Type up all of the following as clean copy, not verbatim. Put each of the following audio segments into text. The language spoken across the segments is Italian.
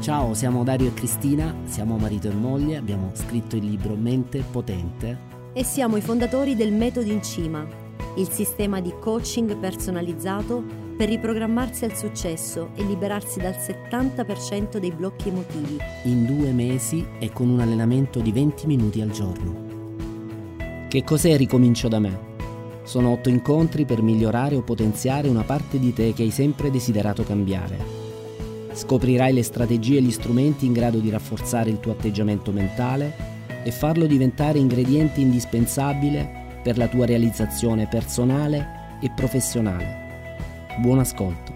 Ciao, siamo Dario e Cristina, siamo marito e moglie, abbiamo scritto il libro Mente Potente e siamo i fondatori del Metodo in Cima, il sistema di coaching personalizzato per riprogrammarsi al successo e liberarsi dal 70% dei blocchi emotivi. in 2 mesi e con un allenamento di 20 minuti al giorno. Che cos'è Ricomincio da me? Sono 8 incontri per migliorare o potenziare una parte di te che hai sempre desiderato cambiare. Scoprirai le strategie e gli strumenti in grado di rafforzare il tuo atteggiamento mentale e farlo diventare ingrediente indispensabile per la tua realizzazione personale e professionale. Buon ascolto.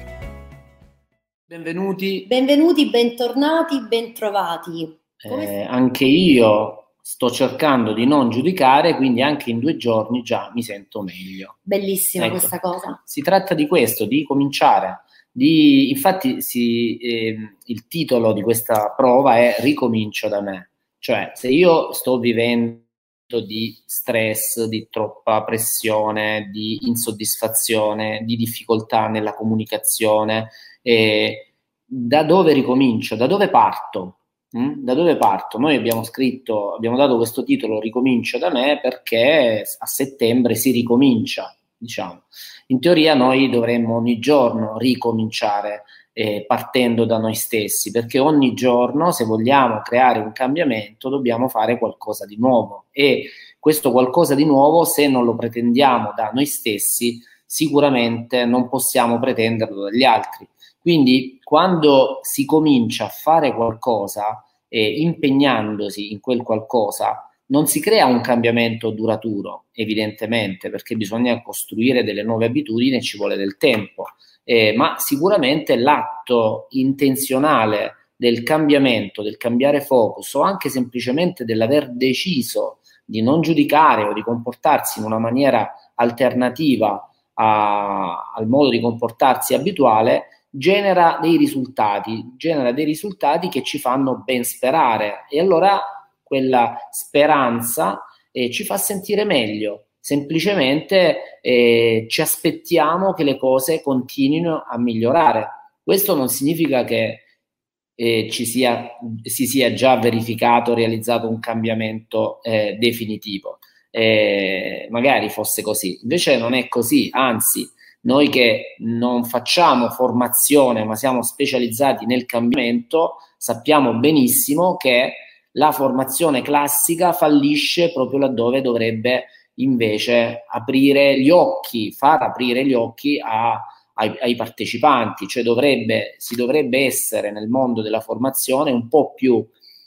Benvenuti. Benvenuti, bentornati, bentrovati. Anche io sto cercando di non giudicare, quindi anche in 2 giorni già mi sento meglio. Bellissima Ecco, questa cosa. Si tratta di questo, di cominciare. Infatti il titolo di questa prova è Ricomincio da me. Cioè, se io sto vivendo di stress, di troppa pressione, di insoddisfazione, di difficoltà nella comunicazione, da dove ricomincio? Da dove parto? Da dove parto? Noi abbiamo dato questo titolo Ricomincio da me perché a settembre si ricomincia, diciamo. In teoria noi dovremmo ogni giorno ricominciare partendo da noi stessi, perché ogni giorno, se vogliamo creare un cambiamento, dobbiamo fare qualcosa di nuovo, e questo qualcosa di nuovo, se non lo pretendiamo da noi stessi, sicuramente non possiamo pretenderlo dagli altri. Quindi quando si comincia a fare qualcosa, impegnandosi in quel qualcosa, non si crea un cambiamento duraturo, evidentemente, perché bisogna costruire delle nuove abitudini e ci vuole del tempo, ma sicuramente l'atto intenzionale del cambiamento, del cambiare focus, o anche semplicemente dell'aver deciso di non giudicare o di comportarsi in una maniera alternativa al modo di comportarsi abituale, genera dei risultati che ci fanno ben sperare, e allora quella speranza ci fa sentire meglio. Semplicemente ci aspettiamo che le cose continuino a migliorare. Questo non significa che si sia già verificato, realizzato un cambiamento definitivo. Magari fosse così, invece non è così, anzi, noi che non facciamo formazione ma siamo specializzati nel cambiamento sappiamo benissimo che la formazione classica fallisce proprio laddove dovrebbe invece aprire gli occhi, far aprire gli occhi ai partecipanti, cioè si dovrebbe essere nel mondo della formazione un po' più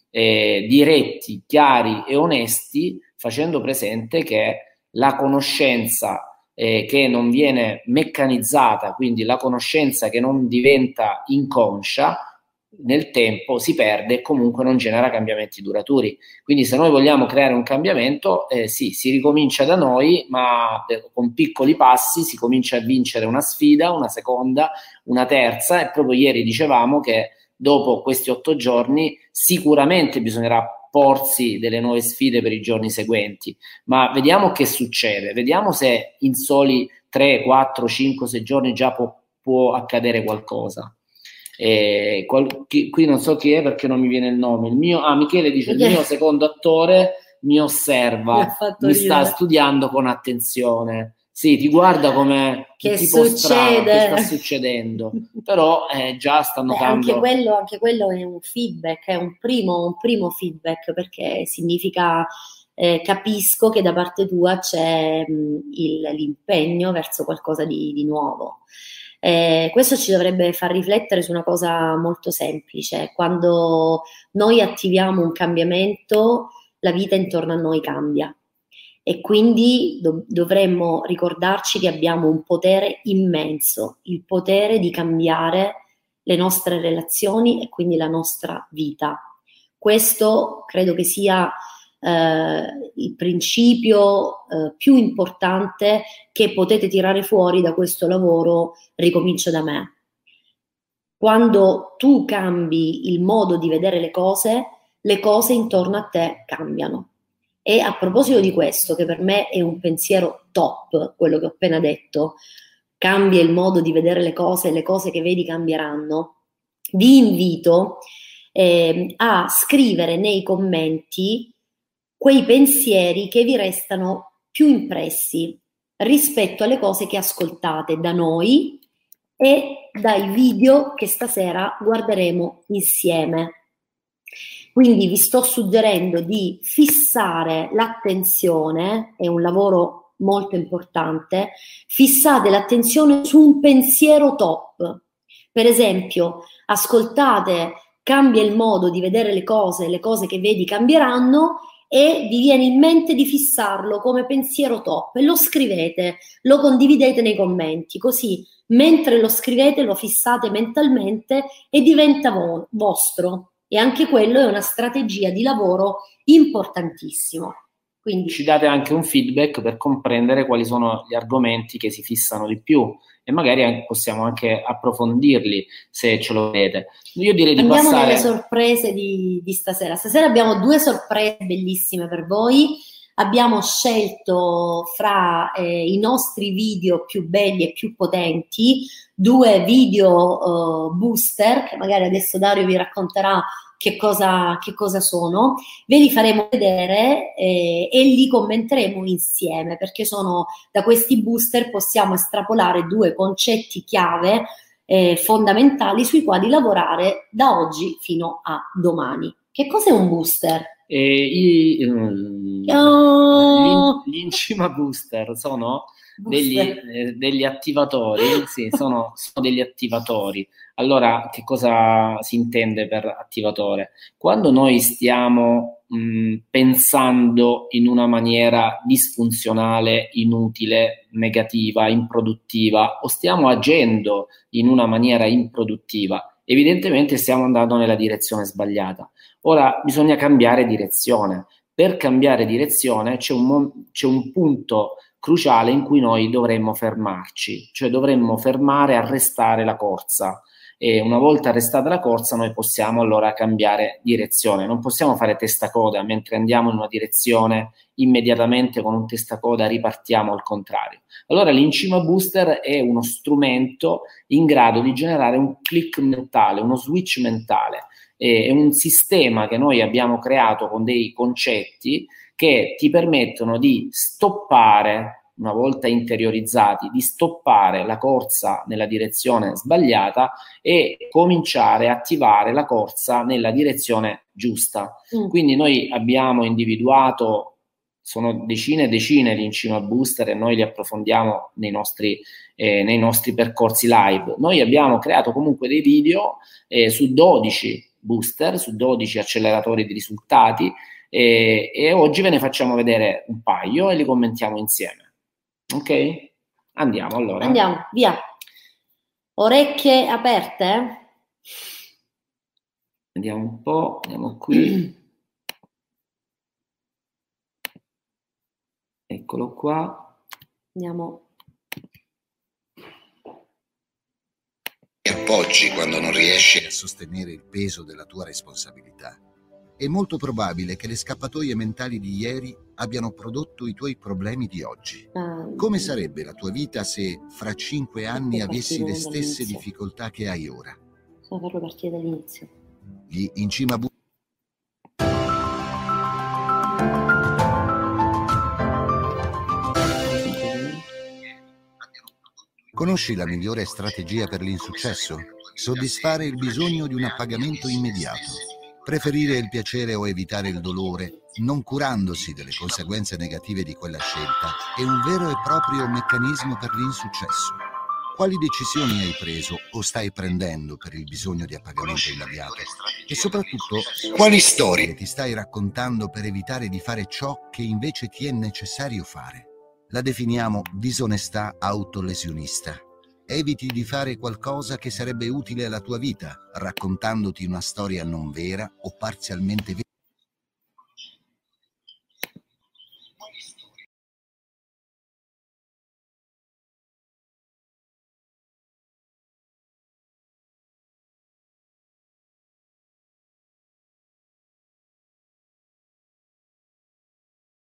diretti, chiari e onesti, facendo presente che la conoscenza che non viene meccanizzata, quindi la conoscenza che non diventa inconscia, nel tempo si perde e comunque non genera cambiamenti duraturi. Quindi se noi vogliamo creare un cambiamento, sì, si ricomincia da noi, ma con piccoli passi si comincia a vincere una sfida, una seconda, una terza, e proprio ieri dicevamo che dopo questi 8 giorni sicuramente bisognerà porsi delle nuove sfide per i giorni seguenti, ma vediamo che succede, vediamo se in soli 3, 4, 5, 6 giorni già può accadere qualcosa. Qui non so chi è perché non mi viene il nome. Michele dice: il mio secondo attore mi osserva, mi sta studiando con attenzione. Sì, ti guarda come che tipo strano, che sta succedendo, però già sta notando. Anche quello è un feedback, è un primo feedback, perché significa capisco che da parte tua c'è l'impegno verso qualcosa di nuovo. Questo ci dovrebbe far riflettere su una cosa molto semplice: quando noi attiviamo un cambiamento, la vita intorno a noi cambia, e quindi dovremmo ricordarci che abbiamo un potere immenso, il potere di cambiare le nostre relazioni e quindi la nostra vita. Questo credo che sia il principio più importante che potete tirare fuori da questo lavoro Ricomincio da me. Quando tu cambi il modo di vedere le cose intorno a te cambiano. E a proposito di questo, che per me è un pensiero top, quello che ho appena detto, cambia il modo di vedere le cose che vedi cambieranno. vi invito a scrivere nei commenti quei pensieri che vi restano più impressi rispetto alle cose che ascoltate da noi e dai video che stasera guarderemo insieme. Quindi vi sto suggerendo di fissare l'attenzione, è un lavoro molto importante, fissate l'attenzione su un pensiero top. Per esempio, ascoltate "Cambia il modo di vedere le cose che vedi cambieranno", e vi viene in mente di fissarlo come pensiero top e lo scrivete, lo condividete nei commenti, così mentre lo scrivete lo fissate mentalmente e diventa vostro. E anche quello è una strategia di lavoro importantissimo. Quindi ci date anche un feedback per comprendere quali sono gli argomenti che si fissano di più e magari possiamo anche approfondirli se ce lo vedete. Io direi di andiamo passare nelle sorprese di stasera. Stasera abbiamo 2 sorprese bellissime per voi. Abbiamo scelto fra i nostri video più belli e più potenti 2 video booster, che magari adesso Dario vi racconterà che cosa sono. Ve li faremo vedere e li commenteremo insieme, perché da questi booster possiamo estrapolare 2 concetti chiave fondamentali sui quali lavorare da oggi fino a domani. Che cos'è un booster? Gli Encima Booster sono degli attivatori, sì, sono degli attivatori. Allora, che cosa si intende per attivatore? Quando noi stiamo pensando in una maniera disfunzionale, inutile, negativa, improduttiva, o stiamo agendo in una maniera improduttiva, evidentemente stiamo andando nella direzione sbagliata. Ora bisogna cambiare direzione. Per cambiare direzione c'è un punto cruciale in cui noi dovremmo fermarci, cioè dovremmo arrestare la corsa. E una volta arrestata la corsa noi possiamo allora cambiare direzione. Non possiamo fare testacoda mentre andiamo in una direzione, immediatamente con un testacoda ripartiamo al contrario. Allora l'Encima Booster è uno strumento in grado di generare un click mentale, uno switch mentale. È un sistema che noi abbiamo creato con dei concetti che ti permettono di stoppare, una volta interiorizzati, di stoppare la corsa nella direzione sbagliata e cominciare a attivare la corsa nella direzione giusta. Quindi noi abbiamo individuato, sono decine e decine di Encima Booster e noi li approfondiamo nei nostri percorsi live. Noi abbiamo creato comunque dei video su 12 booster, su 12 acceleratori di risultati e oggi ve ne facciamo vedere un paio e li commentiamo insieme. Ok? Andiamo allora. Andiamo, via. Orecchie aperte? Vediamo un po', andiamo qui. Eccolo qua. Andiamo. Appoggi quando non riesci a sostenere il peso della tua responsabilità. È molto probabile che le scappatoie mentali di ieri abbiano prodotto i tuoi problemi di oggi. Come sarebbe la tua vita se fra 5 anni avessi le stesse difficoltà che hai ora? Devo farlo partire dall'inizio. Gli Encima Booster. Conosci la migliore strategia per l'insuccesso? Soddisfare il bisogno di un appagamento immediato. Preferire il piacere o evitare il dolore, non curandosi delle conseguenze negative di quella scelta, è un vero e proprio meccanismo per l'insuccesso. Quali decisioni hai preso o stai prendendo per il bisogno di appagamento immediato? E soprattutto, quali storie ti stai raccontando per evitare di fare ciò che invece ti è necessario fare? La definiamo disonestà autolesionista. Eviti di fare qualcosa che sarebbe utile alla tua vita, raccontandoti una storia non vera o parzialmente vera.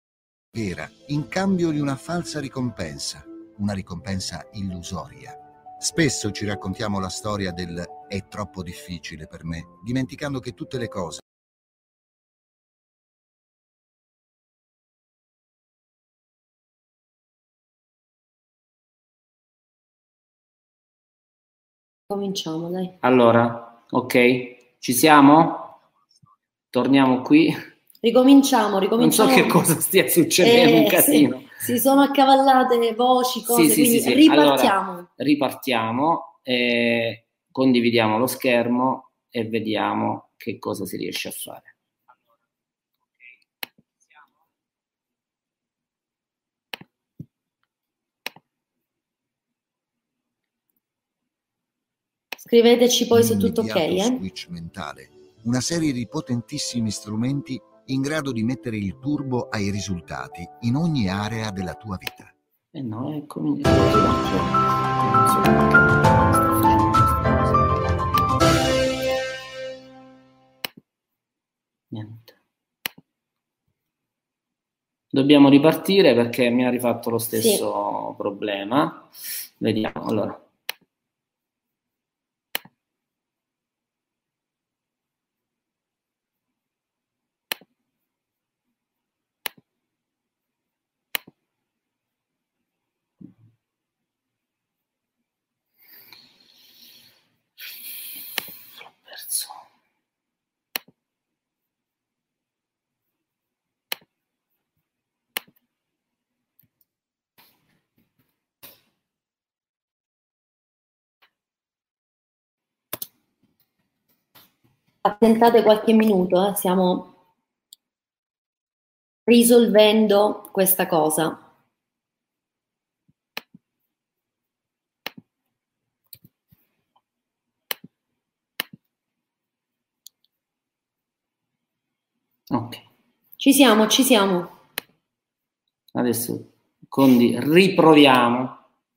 In cambio di una falsa ricompensa, una ricompensa illusoria. Spesso ci raccontiamo la storia del "è troppo difficile per me", dimenticando che tutte le cose Cominciamo, dai. Allora, ok, ci siamo? Torniamo qui. Ricominciamo. Non so che cosa stia succedendo, un casino. Si sono accavallate voci, cose, quindi ripartiamo. Allora, ripartiamo, condividiamo lo schermo e vediamo che cosa si riesce a fare. Scriveteci poi se tutto ok. Switch mentale, una serie di potentissimi strumenti in grado di mettere il turbo ai risultati in ogni area della tua vita. No, eccomi. Niente. Dobbiamo ripartire perché mi ha rifatto lo stesso problema. Vediamo, allora. Attentate qualche minuto, stiamo risolvendo questa cosa. Ok. Ci siamo. Adesso riproviamo.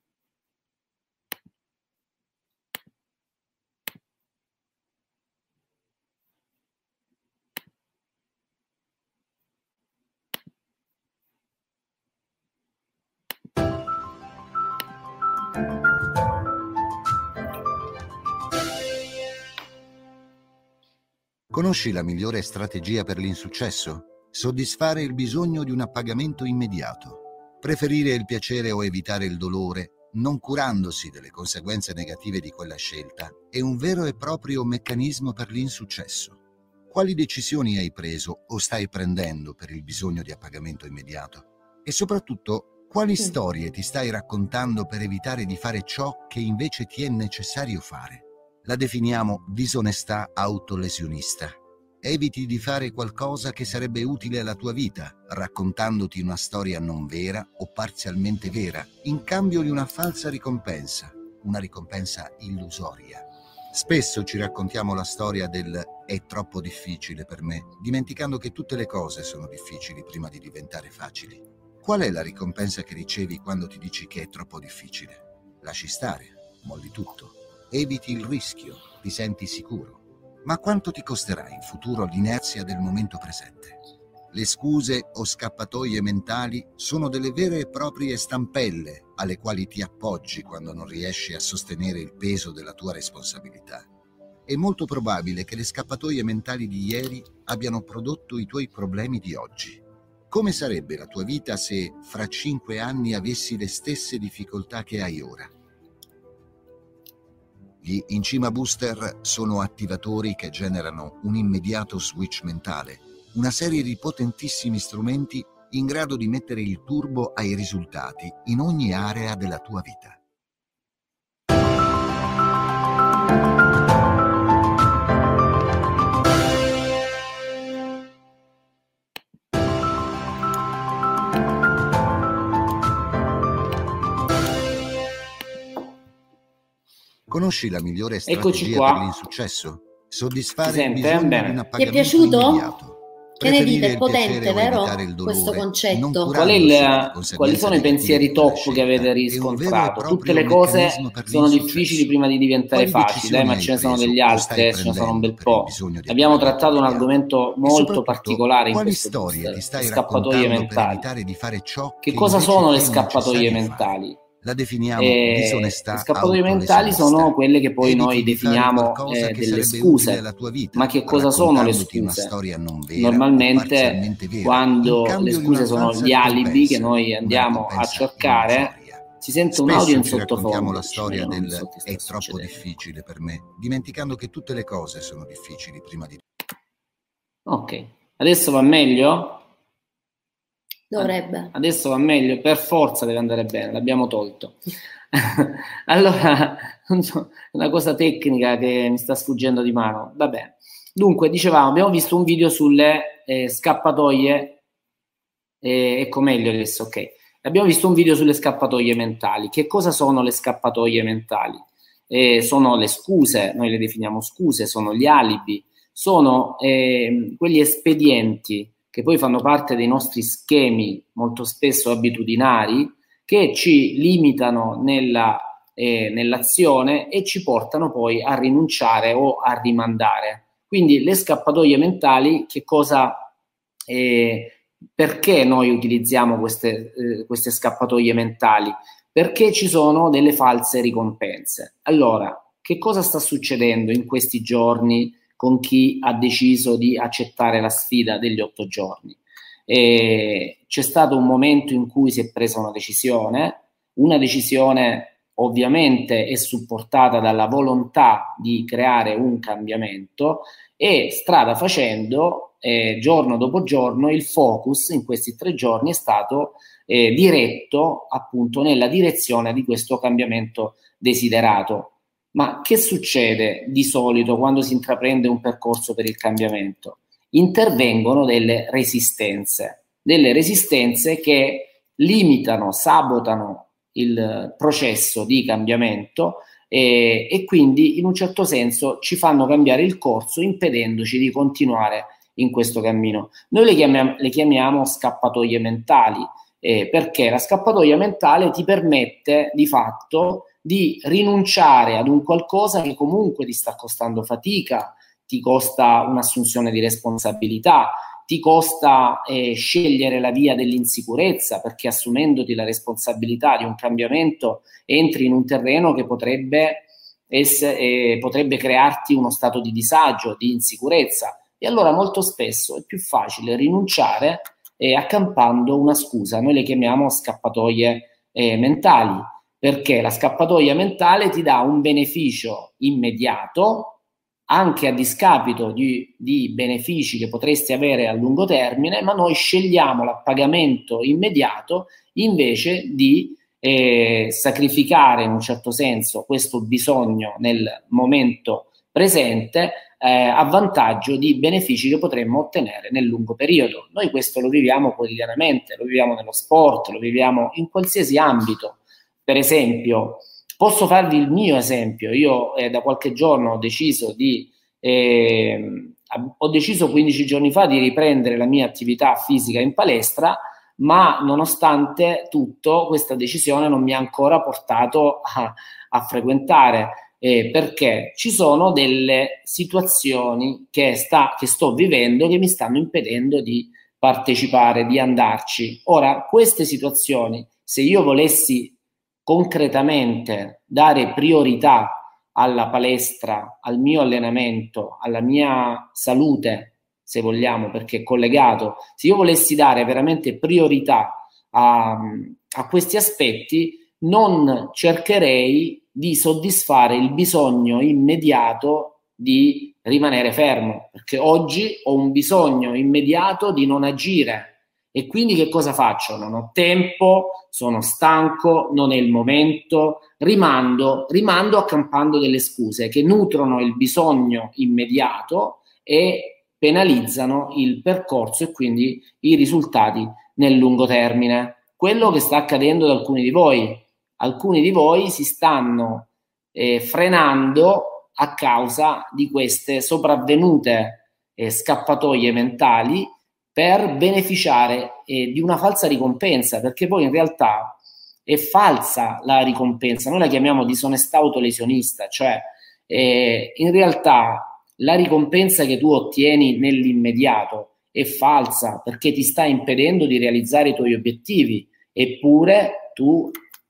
Conosci la migliore strategia per l'insuccesso? Soddisfare il bisogno di un appagamento immediato. Preferire il piacere o evitare il dolore, non curandosi delle conseguenze negative di quella scelta, è un vero e proprio meccanismo per l'insuccesso. Quali decisioni hai preso o stai prendendo per il bisogno di appagamento immediato? E soprattutto, quali storie ti stai raccontando per evitare di fare ciò che invece ti è necessario fare? La definiamo disonestà autolesionista. Eviti di fare qualcosa che sarebbe utile alla tua vita, raccontandoti una storia non vera o parzialmente vera, in cambio di una falsa ricompensa, una ricompensa illusoria. Spesso ci raccontiamo la storia del "è troppo difficile per me", dimenticando che tutte le cose sono difficili prima di diventare facili. Qual è la ricompensa che ricevi quando ti dici che è troppo difficile? Lasci stare, molli tutto. Eviti il rischio, ti senti sicuro. Ma quanto ti costerà in futuro l'inerzia del momento presente? Le scuse o scappatoie mentali sono delle vere e proprie stampelle alle quali ti appoggi quando non riesci a sostenere il peso della tua responsabilità. È molto probabile che le scappatoie mentali di ieri abbiano prodotto i tuoi problemi di oggi. Come sarebbe la tua vita se fra 5 anni avessi le stesse difficoltà che hai ora? Gli Incima Booster sono attivatori che generano un immediato switch mentale, una serie di potentissimi strumenti in grado di mettere il turbo ai risultati in ogni area della tua vita. Conosci la migliore strategia per l'insuccesso? Soddisfare il bisogno di un appagamento immediato. Che ne dite? È potente, vero? Questo concetto. Quali sono i pensieri top che avete riscontrato? Tutte le cose sono difficili prima di diventare facili, ma ce ne sono degli altri, ce ne sono un bel po'. Abbiamo trattato un argomento molto particolare in questo booster, le scappatoie mentali. Che cosa sono le scappatoie mentali? La definiamo disonestà. Le scappatoie mentali sono quelle che poi noi definiamo delle scuse. Ma che cosa sono le scuse? Normalmente quando le scuse sono gli alibi che noi andiamo a cercare, si sente un audio in sottofondo. Raccontiamo la storia del è troppo difficile per me, dimenticando che tutte le cose sono difficili prima di tutto. Ok, adesso va meglio? Dovrebbe. Adesso va meglio, per forza deve andare bene, l'abbiamo tolto. Allora, non so, una cosa tecnica che mi sta sfuggendo di mano. Va bene. Dunque, dicevamo, abbiamo visto un video sulle scappatoie, ecco meglio adesso, ok. Abbiamo visto un video sulle scappatoie mentali. Che cosa sono le scappatoie mentali? Sono le scuse, noi le definiamo scuse, sono gli alibi, sono quegli espedienti che poi fanno parte dei nostri schemi molto spesso abitudinari, che ci limitano nell'azione e ci portano poi a rinunciare o a rimandare. Quindi le scappatoie mentali, perché noi utilizziamo queste scappatoie mentali? Perché ci sono delle false ricompense. Allora, che cosa sta succedendo in questi giorni con chi ha deciso di accettare la sfida degli 8 giorni? C'è stato un momento in cui si è presa una decisione ovviamente è supportata dalla volontà di creare un cambiamento, e strada facendo, giorno dopo giorno, il focus in questi 3 giorni è stato diretto appunto nella direzione di questo cambiamento desiderato. Ma che succede di solito quando si intraprende un percorso per il cambiamento? Intervengono delle resistenze che limitano, sabotano il processo di cambiamento e quindi in un certo senso ci fanno cambiare il corso, impedendoci di continuare in questo cammino. Noi le chiamiamo scappatoie mentali, perché la scappatoia mentale ti permette di fatto di rinunciare ad un qualcosa che comunque ti sta costando fatica, ti costa un'assunzione di responsabilità, ti costa scegliere la via dell'insicurezza, perché assumendoti la responsabilità di un cambiamento entri in un terreno che potrebbe crearti uno stato di disagio, di insicurezza, e allora molto spesso è più facile rinunciare accampando una scusa. Noi le chiamiamo scappatoie mentali, perché la scappatoia mentale ti dà un beneficio immediato, anche a discapito di benefici che potresti avere a lungo termine, ma noi scegliamo l'appagamento immediato invece di sacrificare in un certo senso questo bisogno nel momento presente a vantaggio di benefici che potremmo ottenere nel lungo periodo. Noi questo lo viviamo quotidianamente, lo viviamo nello sport, lo viviamo in qualsiasi ambito. Per esempio, posso farvi il mio esempio. Io da qualche giorno ho deciso 15 giorni fa di riprendere la mia attività fisica in palestra, ma nonostante tutto questa decisione non mi ha ancora portato a frequentare, perché ci sono delle situazioni che sto vivendo che mi stanno impedendo di partecipare, di andarci. Ora, queste situazioni, se io volessi concretamente dare priorità alla palestra, al mio allenamento, alla mia salute, se vogliamo, perché è collegato, se io volessi dare veramente priorità a questi aspetti, non cercherei di soddisfare il bisogno immediato di rimanere fermo, perché oggi ho un bisogno immediato di non agire. E quindi che cosa faccio? Non ho tempo, sono stanco, non è il momento, rimando accampando delle scuse che nutrono il bisogno immediato e penalizzano il percorso e quindi i risultati nel lungo termine. Quello che sta accadendo ad alcuni di voi si stanno frenando a causa di queste sopravvenute scappatoie mentali per beneficiare di una falsa ricompensa, perché poi in realtà è falsa la ricompensa. Noi la chiamiamo disonestà autolesionista, cioè in realtà la ricompensa che tu ottieni nell'immediato è falsa, perché ti sta impedendo di realizzare i tuoi obiettivi, eppure tu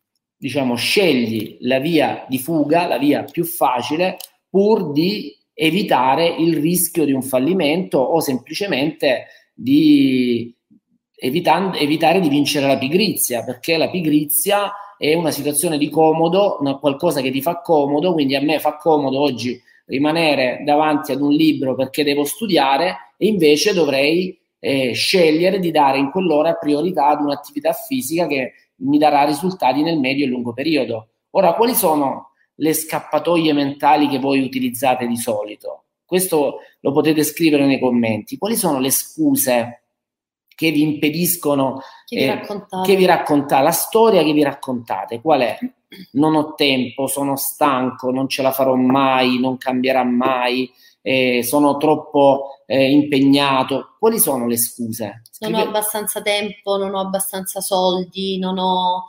diciamo, scegli la via di fuga, la via più facile, pur di evitare il rischio di un fallimento o semplicemente di evitare di vincere la pigrizia, perché la pigrizia è una situazione di comodo, qualcosa che ti fa comodo. Quindi a me fa comodo oggi rimanere davanti ad un libro perché devo studiare, e invece dovrei scegliere di dare in quell'ora priorità ad un'attività fisica che mi darà risultati nel medio e lungo periodo. Ora, quali sono le scappatoie mentali che voi utilizzate di solito? Questo lo potete scrivere nei commenti. Quali sono le scuse che vi impediscono, che vi raccontate, la storia che vi raccontate? Qual è? Non ho tempo, sono stanco, non ce la farò mai, non cambierà mai, sono troppo impegnato. Quali sono le scuse? Non ho abbastanza tempo, non ho abbastanza soldi, non ho...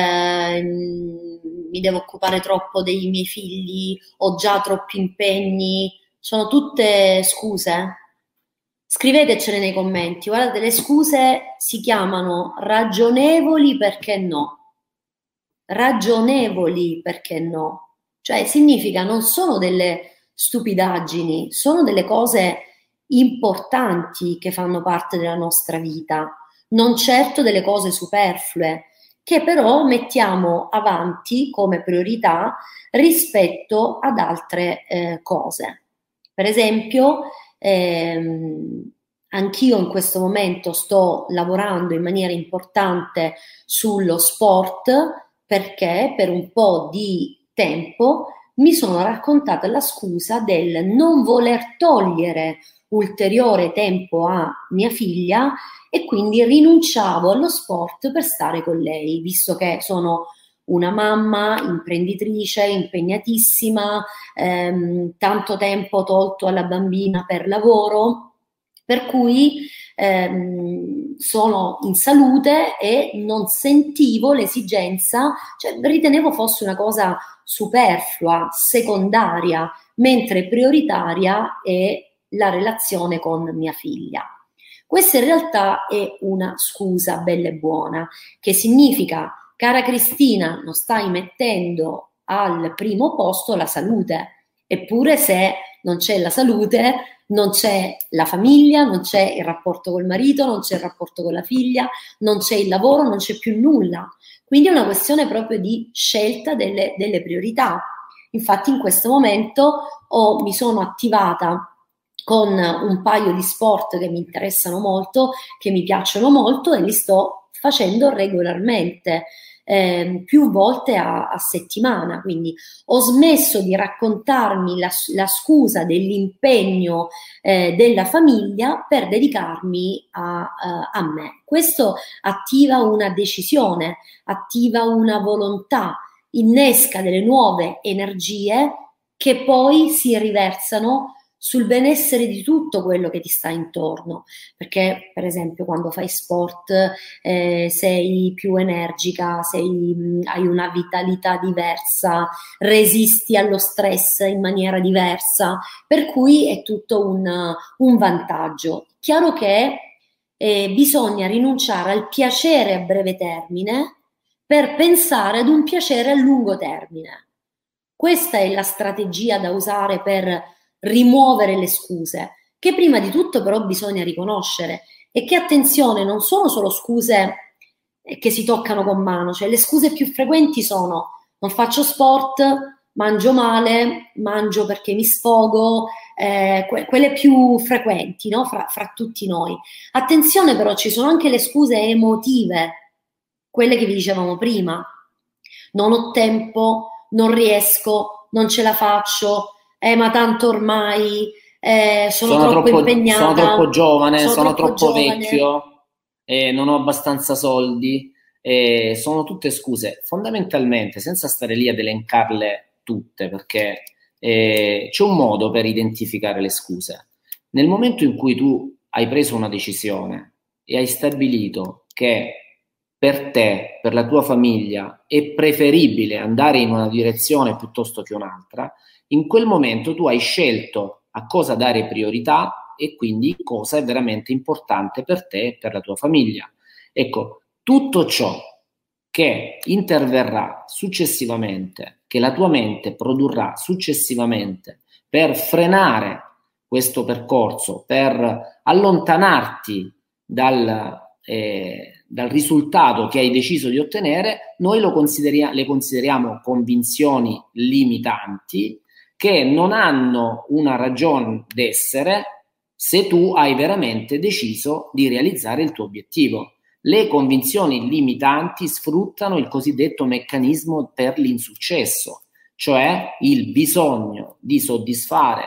mi devo occupare troppo dei miei figli, ho già troppi impegni. Sono tutte scuse? Scrivetecene nei commenti. Guardate, le scuse si chiamano ragionevoli perché no. Ragionevoli perché no. Cioè significa non sono delle stupidaggini, sono delle cose importanti che fanno parte della nostra vita, non certo delle cose superflue, che però mettiamo avanti come priorità rispetto ad altre cose. Per esempio, anch'io in questo momento sto lavorando in maniera importante sullo sport, perché per un po' di tempo mi sono raccontata la scusa del non voler togliere ulteriore tempo a mia figlia, e quindi rinunciavo allo sport per stare con lei, visto che sono una mamma imprenditrice, impegnatissima, tanto tempo tolto alla bambina per lavoro, per cui sono in salute e non sentivo l'esigenza, cioè ritenevo fosse una cosa superflua, secondaria, mentre prioritaria è la relazione con mia figlia. Questa in realtà è una scusa bella e buona, che significa: cara Cristina, non stai mettendo al primo posto la salute. Eppure, se non c'è la salute, non c'è la famiglia, non c'è il rapporto col marito, non c'è il rapporto con la figlia, non c'è il lavoro, non c'è più nulla. Quindi è una questione proprio di scelta delle priorità. Infatti in questo momento mi sono attivata con un paio di sport che mi interessano molto, che mi piacciono molto, e li sto facendo regolarmente, più volte a settimana. Quindi ho smesso di raccontarmi la scusa dell'impegno della famiglia per dedicarmi a me. Questo attiva una decisione, attiva una volontà, innesca delle nuove energie che poi si riversano sul benessere di tutto quello che ti sta intorno, perché per esempio quando fai sport sei più energica, hai una vitalità diversa, resisti allo stress in maniera diversa, per cui è tutto un vantaggio. Chiaro che bisogna rinunciare al piacere a breve termine per pensare ad un piacere a lungo termine. Questa è la strategia da usare per rimuovere le scuse, che prima di tutto però bisogna riconoscere, e che, attenzione, non sono solo scuse che si toccano con mano. Cioè le scuse più frequenti sono: non faccio sport, mangio male, mangio perché mi sfogo, quelle più frequenti, no? fra tutti noi. Attenzione però, ci sono anche le scuse emotive, quelle che vi dicevamo prima: non ho tempo, non riesco, non ce la faccio, ma tanto ormai sono troppo impegnata, sono troppo giovane, sono troppo vecchio, non ho abbastanza soldi. Sono tutte scuse, fondamentalmente, senza stare lì ad elencarle tutte, perché c'è un modo per identificare le scuse. Nel momento in cui tu hai preso una decisione e hai stabilito che per te, per la tua famiglia, è preferibile andare in una direzione piuttosto che un'altra, in quel momento tu hai scelto a cosa dare priorità e quindi cosa è veramente importante per te e per la tua famiglia. Ecco, tutto ciò che interverrà successivamente, che la tua mente produrrà successivamente per frenare questo percorso, per allontanarti dal risultato che hai deciso di ottenere, noi le consideriamo convinzioni limitanti che non hanno una ragione d'essere se tu hai veramente deciso di realizzare il tuo obiettivo. Le convinzioni limitanti sfruttano il cosiddetto meccanismo per l'insuccesso, cioè il bisogno di soddisfare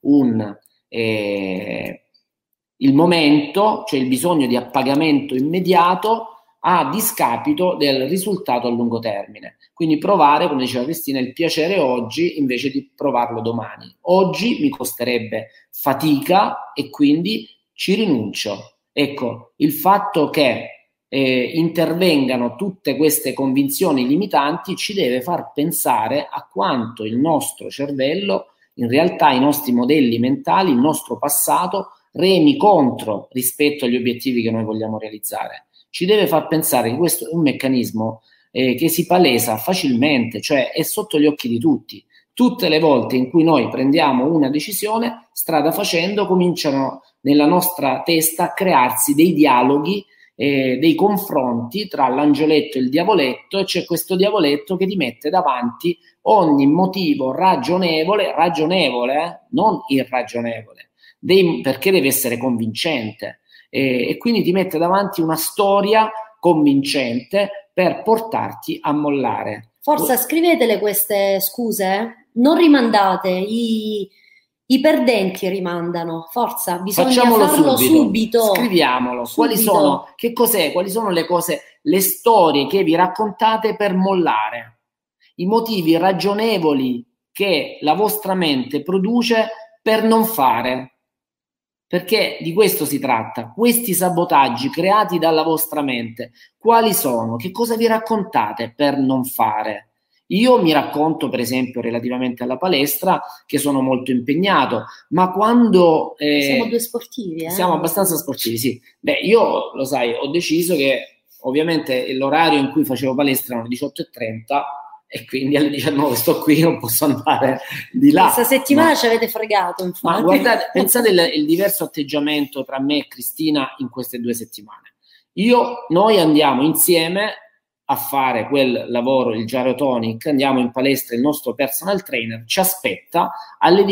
il momento, cioè il bisogno di appagamento immediato a discapito del risultato a lungo termine. Quindi provare, come diceva Cristina, il piacere oggi invece di provarlo domani. Oggi mi costerebbe fatica e quindi ci rinuncio. Ecco, il fatto che intervengano tutte queste convinzioni limitanti ci deve far pensare a quanto il nostro cervello, in realtà i nostri modelli mentali, il nostro passato, remi contro rispetto agli obiettivi che noi vogliamo realizzare. Ci deve far pensare che questo è un meccanismo che si palesa facilmente, cioè è sotto gli occhi di tutti. Tutte le volte in cui noi prendiamo una decisione, strada facendo, cominciano nella nostra testa a crearsi dei dialoghi, dei confronti tra l'angioletto e il diavoletto, e c'è questo diavoletto che ti mette davanti ogni motivo ragionevole, non irragionevole, perché deve essere convincente, e quindi ti mette davanti una storia convincente per portarti a mollare. Forza, scrivetele queste scuse, non rimandate, i perdenti rimandano, forza, bisogna farlo subito. Scriviamolo, subito. Quali sono le cose, le storie che vi raccontate per mollare, i motivi ragionevoli che la vostra mente produce per non fare. Perché di questo si tratta, questi sabotaggi creati dalla vostra mente, quali sono? Che cosa vi raccontate per non fare? Io mi racconto, per esempio, relativamente alla palestra, che sono molto impegnato, ma quando... siamo due sportivi, Siamo abbastanza sportivi, sì. Beh, io, lo sai, ho deciso che ovviamente l'orario in cui facevo palestra erano le 18:30, e quindi alle 19 sto qui, non posso andare di là. Questa settimana ci avete fregato, infatti. Ma guardate, pensate il diverso atteggiamento tra me e Cristina in queste 2 settimane. Noi andiamo insieme a fare quel lavoro, il Gyrotonic, andiamo in palestra, il nostro personal trainer ci aspetta alle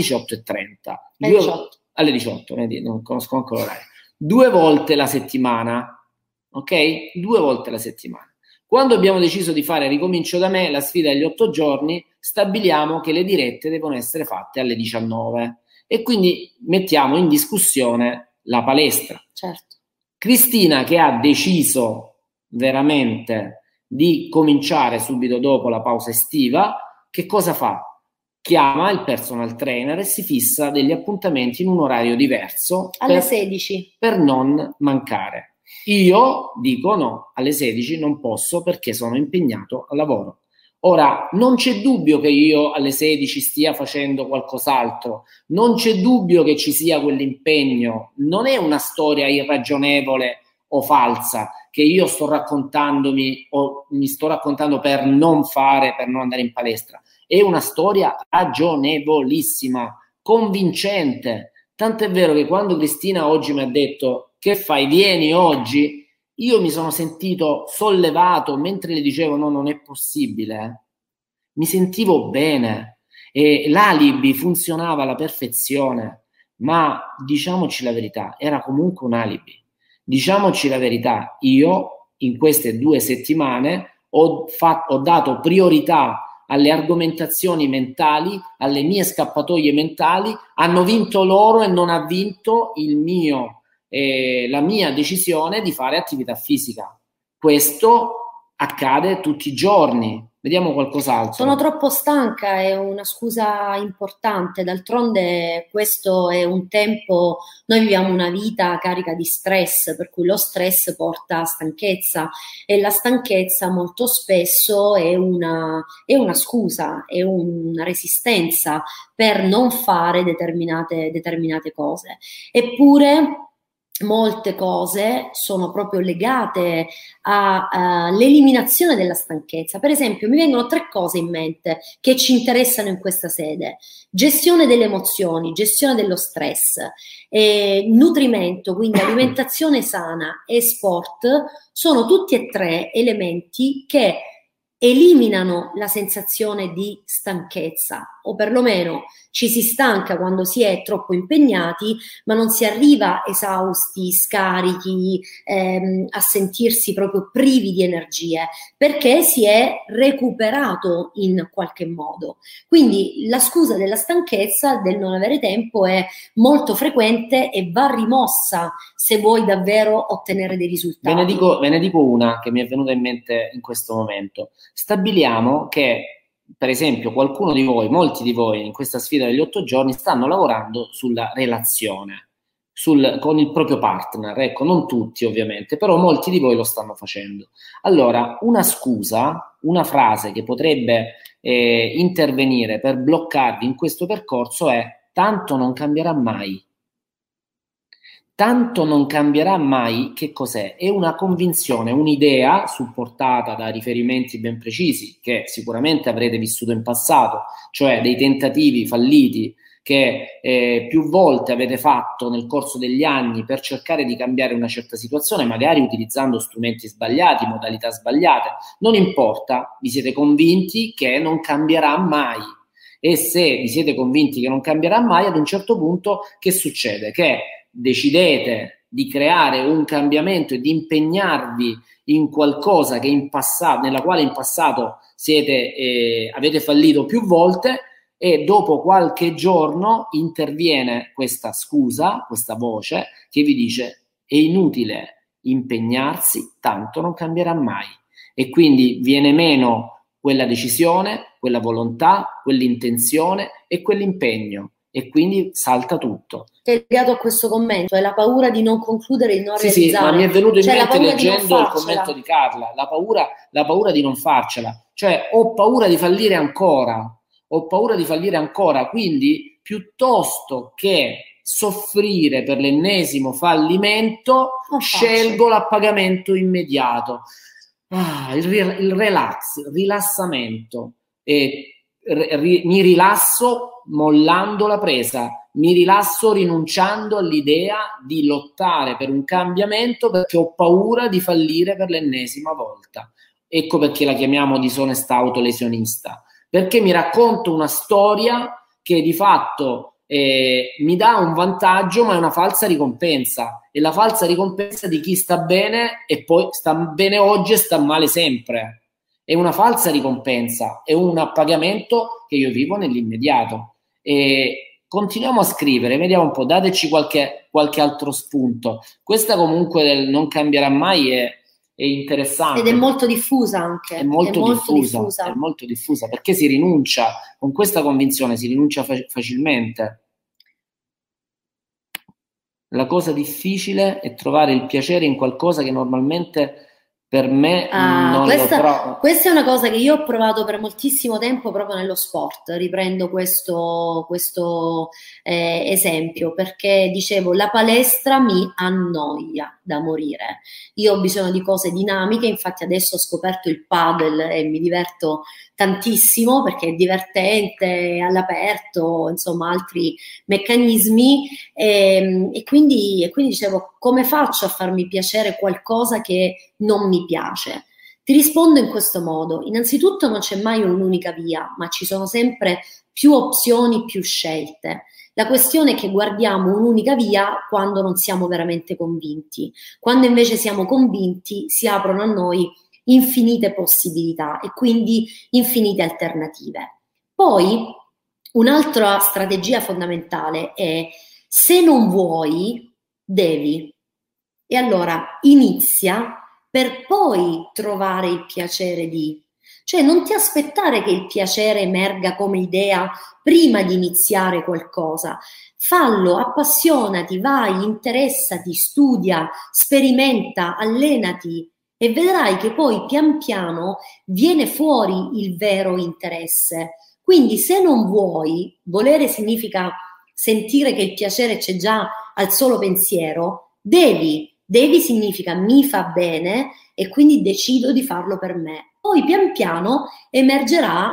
18:30. Alle 18, non conosco ancora l'orario. 2 volte la settimana, ok? 2 volte la settimana. Quando abbiamo deciso di fare Ricomincio da me, la sfida degli 8 giorni, stabiliamo che le dirette devono essere fatte alle 19 e quindi mettiamo in discussione la palestra. Certo. Cristina, che ha deciso veramente di cominciare subito dopo la pausa estiva, che cosa fa? Chiama il personal trainer e si fissa degli appuntamenti in un orario diverso alle 16 per non mancare. Io dico no, alle 16 non posso perché sono impegnato al lavoro. Ora, non c'è dubbio che io alle 16 stia facendo qualcos'altro, non c'è dubbio che ci sia quell'impegno, non è una storia irragionevole o falsa che io sto raccontandomi o mi sto raccontando per non fare, per non andare in palestra. È una storia ragionevolissima, convincente. Tant'è vero che quando Cristina oggi mi ha detto che fai, vieni oggi, io mi sono sentito sollevato mentre le dicevo no, non è possibile. Mi sentivo bene e l'alibi funzionava alla perfezione, ma diciamoci la verità, era comunque un alibi. Diciamoci la verità, io in queste 2 settimane ho dato priorità alle argomentazioni mentali, alle mie scappatoie mentali, hanno vinto loro e non ha vinto la mia decisione di fare attività fisica. Questo accade tutti i giorni. Vediamo qualcos'altro. Sono troppo stanca, è una scusa importante. D'altronde questo è un tempo, noi viviamo una vita carica di stress, per cui lo stress porta a stanchezza e la stanchezza molto spesso è una scusa, è una resistenza per non fare determinate cose. Eppure molte cose sono proprio legate all'eliminazione della stanchezza. Per esempio, mi vengono 3 cose in mente che ci interessano in questa sede: gestione delle emozioni, gestione dello stress, nutrimento, quindi alimentazione sana e sport, sono tutti e 3 elementi che eliminano la sensazione di stanchezza, o perlomeno ci si stanca quando si è troppo impegnati, ma non si arriva esausti, scarichi, a sentirsi proprio privi di energie, perché si è recuperato in qualche modo. Quindi la scusa della stanchezza, del non avere tempo, è molto frequente e va rimossa se vuoi davvero ottenere dei risultati. Ve ne dico una che mi è venuta in mente in questo momento. Stabiliamo che, per esempio, qualcuno di voi, molti di voi in questa sfida degli 8 giorni stanno lavorando sulla relazione con il proprio partner. Ecco, non tutti ovviamente, però molti di voi lo stanno facendo. Allora, una scusa, una frase che potrebbe intervenire per bloccarvi in questo percorso è: tanto non cambierà mai. Tanto non cambierà mai, che cos'è? È una convinzione, un'idea supportata da riferimenti ben precisi che sicuramente avrete vissuto in passato, cioè dei tentativi falliti che più volte avete fatto nel corso degli anni per cercare di cambiare una certa situazione, magari utilizzando strumenti sbagliati, modalità sbagliate. Non importa, vi siete convinti che non cambierà mai. E se vi siete convinti che non cambierà mai, ad un certo punto che succede? Che decidete di creare un cambiamento e di impegnarvi in qualcosa che nella quale in passato avete fallito più volte, e dopo qualche giorno interviene questa scusa, questa voce che vi dice: è inutile impegnarsi, tanto non cambierà mai. E quindi viene meno quella decisione, quella volontà, quell'intenzione e quell'impegno, e quindi salta tutto. Che è legato a questo commento, è la paura di non concludere, di non realizzare. Sì, ma mi è venuto in mente leggendo il commento di Carla, la paura di non farcela, cioè ho paura di fallire ancora, quindi piuttosto che soffrire per l'ennesimo fallimento, scelgo l'appagamento immediato. Il relax, il rilassamento, mi rilasso mollando la presa, mi rilasso rinunciando all'idea di lottare per un cambiamento perché ho paura di fallire per l'ennesima volta. Ecco perché la chiamiamo disonestà autolesionista, perché mi racconto una storia che di fatto mi dà un vantaggio, ma è una falsa ricompensa. È la falsa ricompensa di chi sta bene e poi sta bene oggi e sta male sempre. È una falsa ricompensa, è un appagamento che io vivo nell'immediato. E continuiamo a scrivere, vediamo un po', dateci qualche altro spunto. Questa comunque del non cambierà mai è interessante. Ed è molto diffusa anche. È molto diffusa perché si rinuncia, con questa convinzione si rinuncia facilmente. La cosa difficile è trovare il piacere in qualcosa che normalmente per me non lo trovo. Questa è una cosa che io ho provato per moltissimo tempo proprio nello sport. Riprendo questo esempio, perché dicevo, la palestra mi annoia da morire. Io ho bisogno di cose dinamiche, infatti adesso ho scoperto il padel e mi diverto tantissimo perché è divertente, all'aperto, insomma altri meccanismi, e quindi dicevo, come faccio a farmi piacere qualcosa che non mi piace? Ti rispondo in questo modo: innanzitutto non c'è mai un'unica via, ma ci sono sempre più opzioni, più scelte. La questione è che guardiamo un'unica via quando non siamo veramente convinti. Quando invece siamo convinti, si aprono a noi infinite possibilità e quindi infinite alternative. Poi un'altra strategia fondamentale è: se non vuoi, devi. E allora inizia per poi trovare il piacere di. Cioè non ti aspettare che il piacere emerga come idea prima di iniziare qualcosa. Fallo, appassionati, vai, interessati, studia, sperimenta, allenati e vedrai che poi pian piano viene fuori il vero interesse. Quindi se non vuoi, volere significa sentire che il piacere c'è già al solo pensiero, Devi significa mi fa bene e quindi decido di farlo per me. Poi pian piano emergerà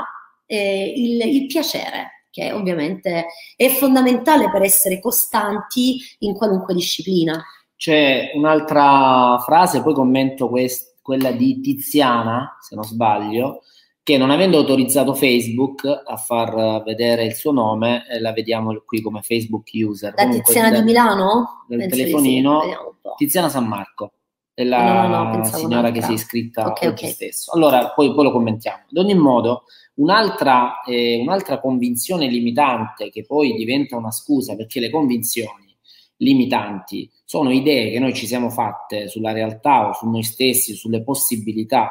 il piacere, che ovviamente è fondamentale per essere costanti in qualunque disciplina. C'è un'altra frase, poi commento quella di Tiziana, se non sbaglio, che non avendo autorizzato Facebook a far vedere il suo nome, la vediamo qui come Facebook user. La Tiziana di Milano? Del telefonino, sì, Tiziana San Marco, è la signora che si è iscritta oggi stesso. Allora, poi lo commentiamo. Ad ogni modo, un'altra convinzione limitante che poi diventa una scusa, perché le convinzioni limitanti sono idee che noi ci siamo fatte sulla realtà o su noi stessi, sulle possibilità,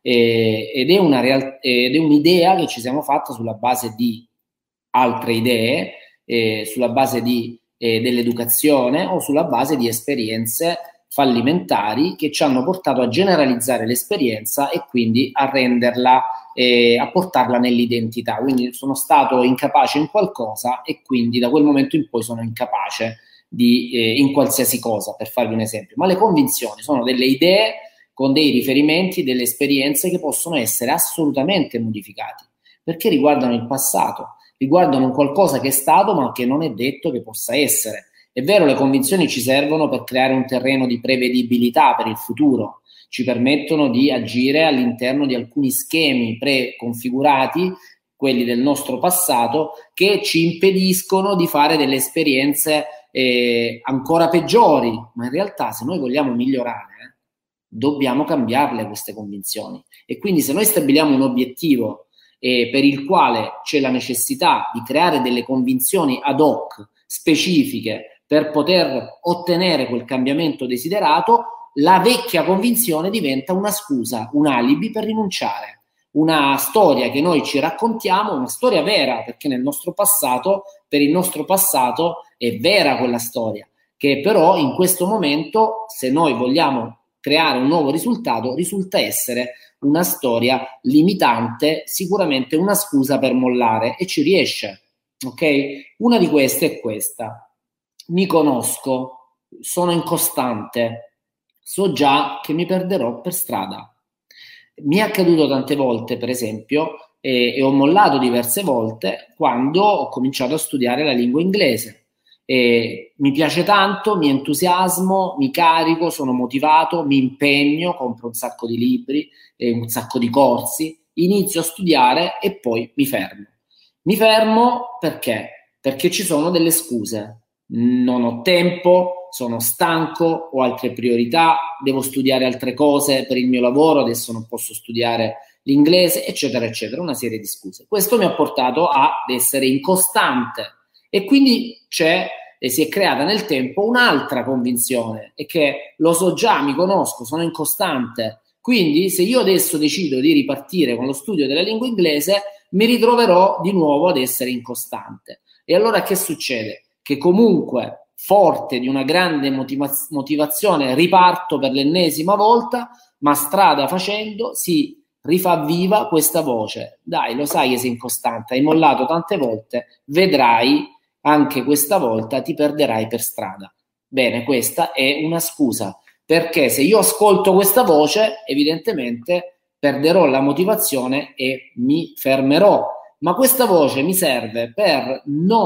ed è un'idea che ci siamo fatte sulla base di altre idee, sulla base dell'educazione o sulla base di esperienze fallimentari che ci hanno portato a generalizzare l'esperienza e quindi a renderla, a portarla nell'identità. Quindi sono stato incapace in qualcosa e quindi da quel momento in poi sono incapace in qualsiasi cosa, per farvi un esempio. Ma le convinzioni sono delle idee con dei riferimenti, delle esperienze che possono essere assolutamente modificati, perché riguardano il passato, riguardano un qualcosa che è stato ma che non è detto che possa essere. È vero, le convinzioni ci servono per creare un terreno di prevedibilità per il futuro, ci permettono di agire all'interno di alcuni schemi preconfigurati, quelli del nostro passato, che ci impediscono di fare delle esperienze ancora peggiori, ma in realtà se noi vogliamo migliorare dobbiamo cambiarle queste convinzioni. E quindi se noi stabiliamo un obiettivo per il quale c'è la necessità di creare delle convinzioni ad hoc specifiche per poter ottenere quel cambiamento desiderato, la vecchia convinzione diventa una scusa, un alibi per rinunciare. Una storia che noi ci raccontiamo, una storia vera, perché nel nostro passato, per il nostro passato è vera quella storia, che però in questo momento, se noi vogliamo creare un nuovo risultato, risulta essere una storia limitante, sicuramente una scusa per mollare, e ci riesce, ok? Una di queste è questa: mi conosco, sono incostante, so già che mi perderò per strada. Mi è accaduto tante volte, per esempio, e ho mollato diverse volte quando ho cominciato a studiare la lingua inglese. Mi piace tanto, mi entusiasmo, mi carico, sono motivato, mi impegno, compro un sacco di libri, un sacco di corsi, inizio a studiare e poi mi fermo. Mi fermo perché? Perché ci sono delle scuse. Non ho tempo, sono stanco, ho altre priorità, devo studiare altre cose per il mio lavoro, adesso non posso studiare l'inglese, eccetera, eccetera, una serie di scuse. Questo mi ha portato ad essere incostante e quindi si è creata nel tempo un'altra convinzione, è che lo so già, mi conosco, sono incostante, quindi se io adesso decido di ripartire con lo studio della lingua inglese mi ritroverò di nuovo ad essere incostante. E allora che succede? Che comunque, forte di una grande motivazione, riparto per l'ennesima volta, ma strada facendo si rifà viva questa voce. Dai, lo sai che sei incostante, hai mollato tante volte, vedrai, anche questa volta ti perderai per strada. Bene, questa è una scusa, perché se io ascolto questa voce, evidentemente perderò la motivazione e mi fermerò. Ma questa voce mi serve per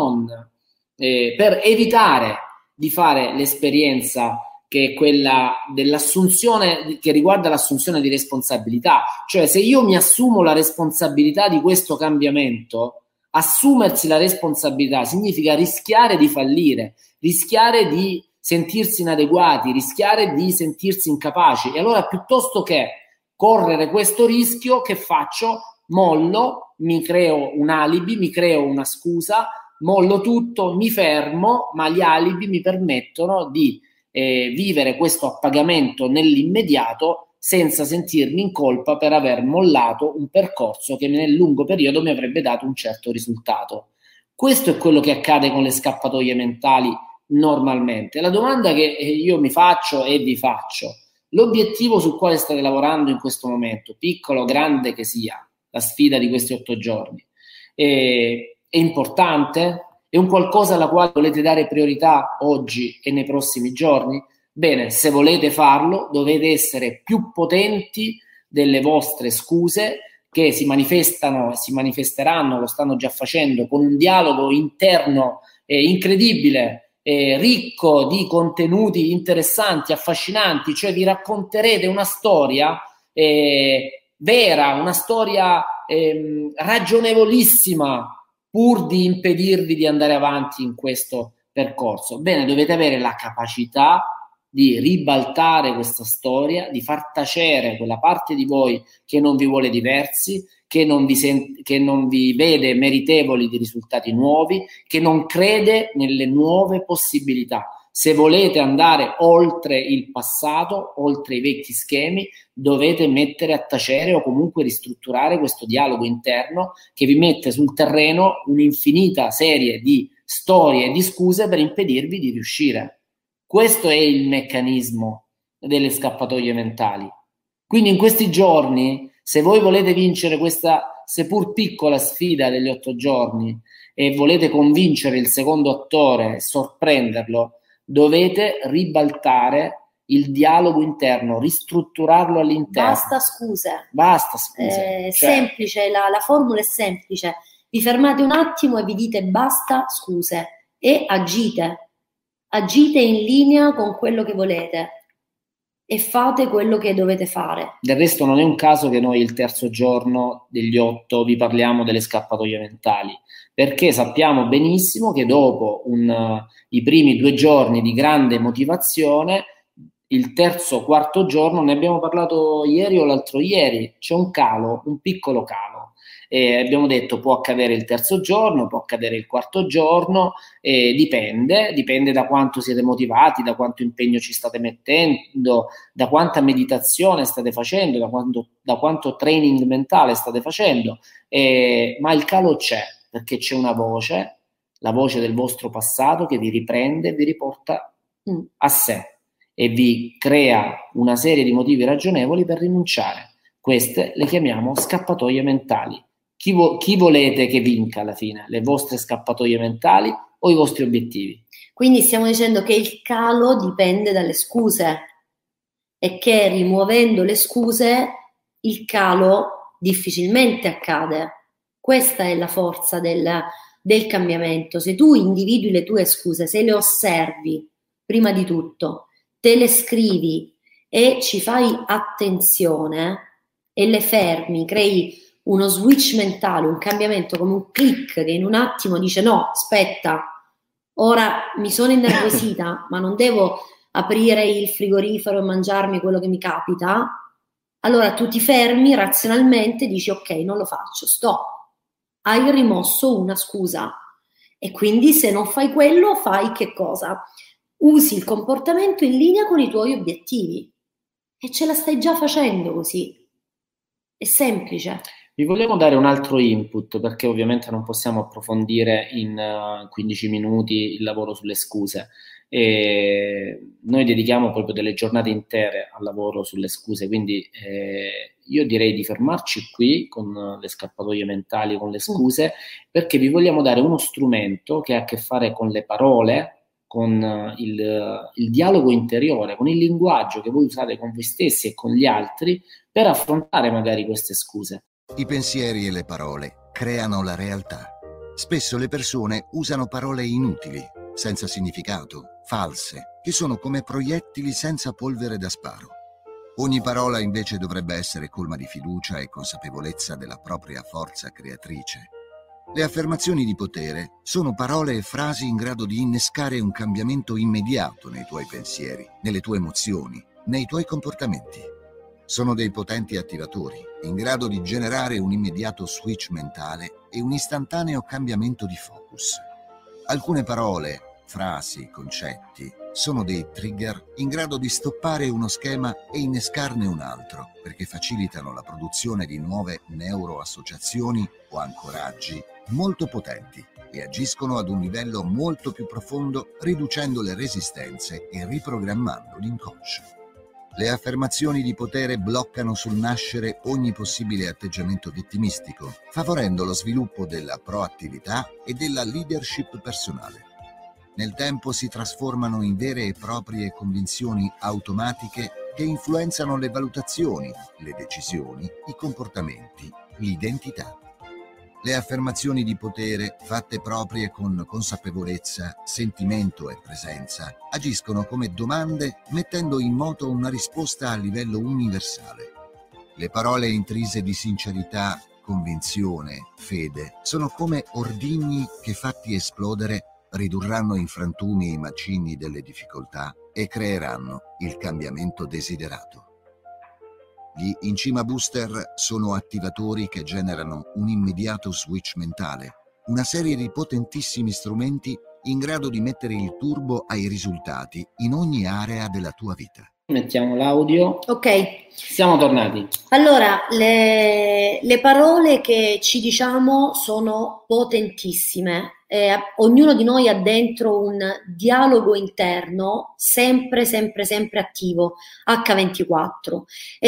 evitare di fare l'esperienza che è quella dell'assunzione, che riguarda l'assunzione di responsabilità. Cioè, se io mi assumo la responsabilità di questo cambiamento, assumersi la responsabilità significa rischiare di fallire, rischiare di sentirsi inadeguati, rischiare di sentirsi incapaci. E allora, piuttosto che correre questo rischio, che faccio? Mollo, mi creo un alibi, mi creo una scusa, mollo tutto, mi fermo, ma gli alibi mi permettono di vivere questo appagamento nell'immediato senza sentirmi in colpa per aver mollato un percorso che nel lungo periodo mi avrebbe dato un certo risultato. Questo è quello che accade con le scappatoie mentali normalmente. La domanda che io mi faccio e vi faccio: l'obiettivo sul quale state lavorando in questo momento, piccolo o grande che sia, la sfida di questi 8 giorni, è importante? È un qualcosa alla quale volete dare priorità oggi e nei prossimi giorni? Bene, se volete farlo, dovete essere più potenti delle vostre scuse, che si manifestano e si manifesteranno, lo stanno già facendo, con un dialogo interno incredibile, ricco di contenuti interessanti, affascinanti, cioè vi racconterete una storia vera, una storia ragionevolissima, pur di impedirvi di andare avanti in questo percorso. Bene, dovete avere la capacità di ribaltare questa storia, di far tacere quella parte di voi che non vi vuole diversi, che non vi vede meritevoli di risultati nuovi, che non crede nelle nuove possibilità. Se volete andare oltre il passato, oltre i vecchi schemi, dovete mettere a tacere o comunque ristrutturare questo dialogo interno che vi mette sul terreno un'infinita serie di storie e di scuse per impedirvi di riuscire. Questo è il meccanismo delle scappatoie mentali. Quindi in questi giorni, se voi volete vincere questa seppur piccola sfida degli 8 giorni e volete convincere il secondo attore e sorprenderlo, dovete ribaltare il dialogo interno, ristrutturarlo all'interno. Basta scuse. Cioè, semplice, la formula è semplice. Vi fermate un attimo e vi dite basta scuse e agite in linea con quello che volete e fate quello che dovete fare. Del resto non è un caso che noi il terzo giorno degli 8 vi parliamo delle scappatoie mentali, perché sappiamo benissimo che dopo i primi 2 giorni di grande motivazione, il terzo, quarto giorno, ne abbiamo parlato ieri o l'altro ieri, c'è un calo, un piccolo calo. E abbiamo detto può accadere il terzo giorno, può accadere il quarto giorno, dipende da quanto siete motivati, da quanto impegno ci state mettendo, da quanta meditazione state facendo, da quanto training mentale state facendo, ma il calo c'è, perché c'è una voce, la voce del vostro passato che vi riprende e vi riporta a sé e vi crea una serie di motivi ragionevoli per rinunciare. Queste le chiamiamo scappatoie mentali. Chi volete che vinca alla fine? Le vostre scappatoie mentali o i vostri obiettivi? Quindi stiamo dicendo che il calo dipende dalle scuse e che rimuovendo le scuse il calo difficilmente accade. Questa è la forza del cambiamento. Se tu individui le tue scuse, se le osservi prima di tutto, te le scrivi e ci fai attenzione e le fermi, crei uno switch mentale, un cambiamento come un click che in un attimo dice no, aspetta, ora mi sono innervosita, ma non devo aprire il frigorifero e mangiarmi quello che mi capita. Allora tu ti fermi razionalmente e dici ok, non lo faccio, stop. Hai rimosso una scusa e quindi se non fai quello fai che cosa? Usi il comportamento in linea con i tuoi obiettivi e ce la stai già facendo così. È semplice. Vi volevo dare un altro input, perché ovviamente non possiamo approfondire in 15 minuti il lavoro sulle scuse. E noi dedichiamo proprio delle giornate intere al lavoro sulle scuse, quindi io direi di fermarci qui con le scappatoie mentali, con le scuse, perché vi vogliamo dare uno strumento che ha a che fare con le parole, con il dialogo interiore, con il linguaggio che voi usate con voi stessi e con gli altri per affrontare magari queste scuse. I pensieri e le parole creano la realtà. Spesso le persone usano parole inutili, senza significato, false, che sono come proiettili senza polvere da sparo. Ogni parola invece dovrebbe essere colma di fiducia e consapevolezza della propria forza creatrice. Le affermazioni di potere sono parole e frasi in grado di innescare un cambiamento immediato nei tuoi pensieri, nelle tue emozioni, nei tuoi comportamenti. Sono dei potenti attivatori, in grado di generare un immediato switch mentale e un istantaneo cambiamento di focus. Alcune parole, frasi, concetti sono dei trigger in grado di stoppare uno schema e innescarne un altro, perché facilitano la produzione di nuove neuroassociazioni o ancoraggi molto potenti e agiscono ad un livello molto più profondo, riducendo le resistenze e riprogrammando l'inconscio. Le affermazioni di potere bloccano sul nascere ogni possibile atteggiamento vittimistico, favorendo lo sviluppo della proattività e della leadership personale. nel tempo si trasformano in vere e proprie convinzioni automatiche che influenzano le valutazioni, le decisioni, i comportamenti, l'identità. Le affermazioni di potere, fatte proprie con consapevolezza, sentimento e presenza, agiscono come domande mettendo in moto una risposta a livello universale. Le parole intrise di sincerità, convinzione, fede, sono come ordigni che, fatti esplodere, ridurranno in frantumi i macigni delle difficoltà e creeranno il cambiamento desiderato. Gli Incima Booster sono attivatori che generano un immediato switch mentale, una serie di potentissimi strumenti in grado di mettere il turbo ai risultati in ogni area della tua vita. Mettiamo l'audio. Ok. Siamo tornati. Allora, le parole che ci diciamo sono potentissime. Ognuno di noi ha dentro un dialogo interno sempre attivo, H24.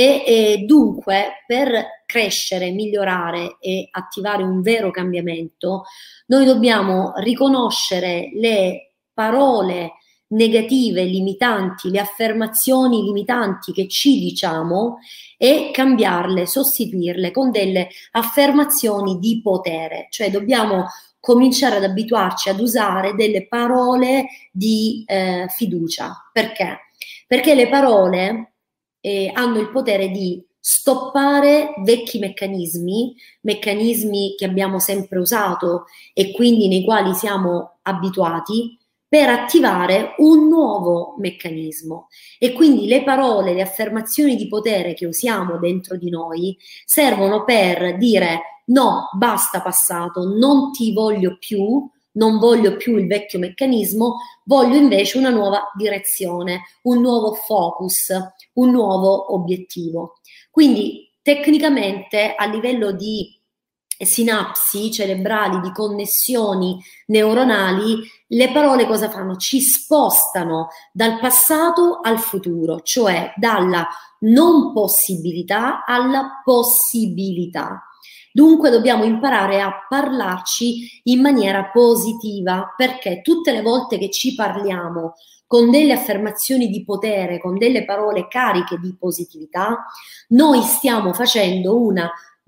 E dunque, per crescere, migliorare e attivare un vero cambiamento, noi dobbiamo riconoscere le parole negative, limitanti, le affermazioni limitanti che ci diciamo e cambiarle, sostituirle con delle affermazioni di potere, cioè dobbiamo cominciare ad abituarci ad usare delle parole di fiducia. Perché? Perché le parole hanno il potere di stoppare vecchi meccanismi che abbiamo sempre usato e quindi nei quali siamo abituati, per attivare un nuovo meccanismo. E quindi le parole, le affermazioni di potere che usiamo dentro di noi servono per dire: no, basta passato, non ti voglio più, non voglio più il vecchio meccanismo, voglio invece una nuova direzione, un nuovo focus, un nuovo obiettivo. Quindi tecnicamente a livello di sinapsi cerebrali, di connessioni neuronali, le parole cosa fanno? Ci spostano dal passato al futuro, cioè dalla non possibilità alla possibilità. Dunque dobbiamo imparare a parlarci in maniera positiva, perché tutte le volte che ci parliamo con delle affermazioni di potere, con delle parole cariche di positività, noi stiamo facendo una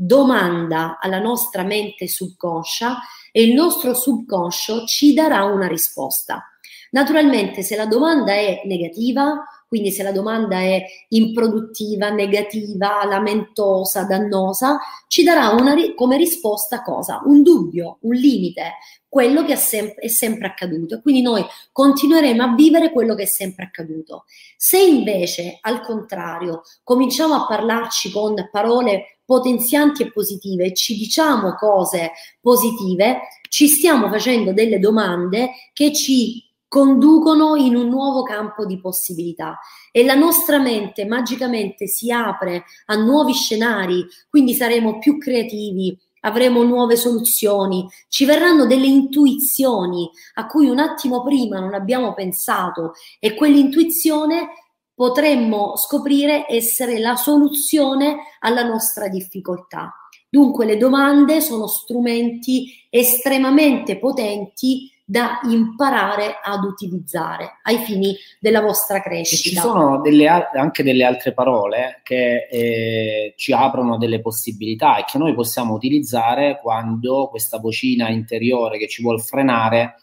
domanda alla nostra mente subconscia e il nostro subconscio ci darà una risposta. Naturalmente, se la domanda è negativa, quindi se la domanda è improduttiva, negativa, lamentosa, dannosa, ci darà come risposta cosa? Un dubbio, un limite, quello che è sempre accaduto. Quindi noi continueremo a vivere quello che è sempre accaduto. Se invece, al contrario, cominciamo a parlarci con parole potenzianti e positive, ci diciamo cose positive, ci stiamo facendo delle domande che ci conducono in un nuovo campo di possibilità e la nostra mente magicamente si apre a nuovi scenari, quindi saremo più creativi, avremo nuove soluzioni, ci verranno delle intuizioni a cui un attimo prima non abbiamo pensato e quell'intuizione potremmo scoprire essere la soluzione alla nostra difficoltà. Dunque le domande sono strumenti estremamente potenti da imparare ad utilizzare ai fini della vostra crescita. E ci sono anche delle altre parole che ci aprono delle possibilità e che noi possiamo utilizzare quando questa vocina interiore che ci vuol frenare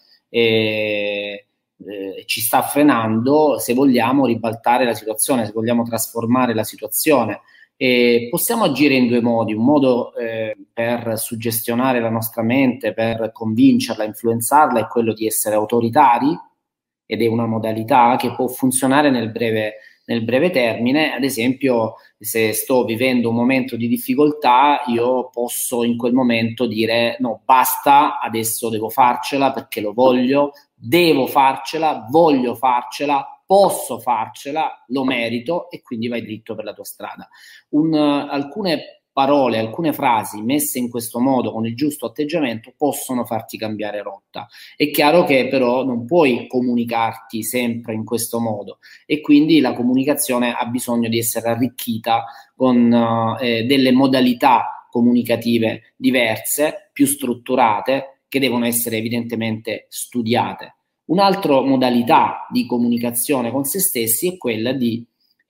ci sta frenando, se vogliamo ribaltare la situazione, se vogliamo trasformare la situazione. Possiamo agire in due modi: un modo per suggestionare la nostra mente, per convincerla, influenzarla, è quello di essere autoritari, ed è una modalità che può funzionare nel breve termine. Ad esempio, se sto vivendo un momento di difficoltà, io posso in quel momento dire: no, basta, adesso devo farcela perché lo voglio, devo farcela, voglio farcela, posso farcela, lo merito, e quindi vai dritto per la tua strada. Alcune parole, alcune frasi messe in questo modo, con il giusto atteggiamento, possono farti cambiare rotta. È chiaro che però non puoi comunicarti sempre in questo modo e quindi la comunicazione ha bisogno di essere arricchita con delle modalità comunicative diverse, più strutturate, che devono essere evidentemente studiate. Un'altra modalità di comunicazione con se stessi è quella di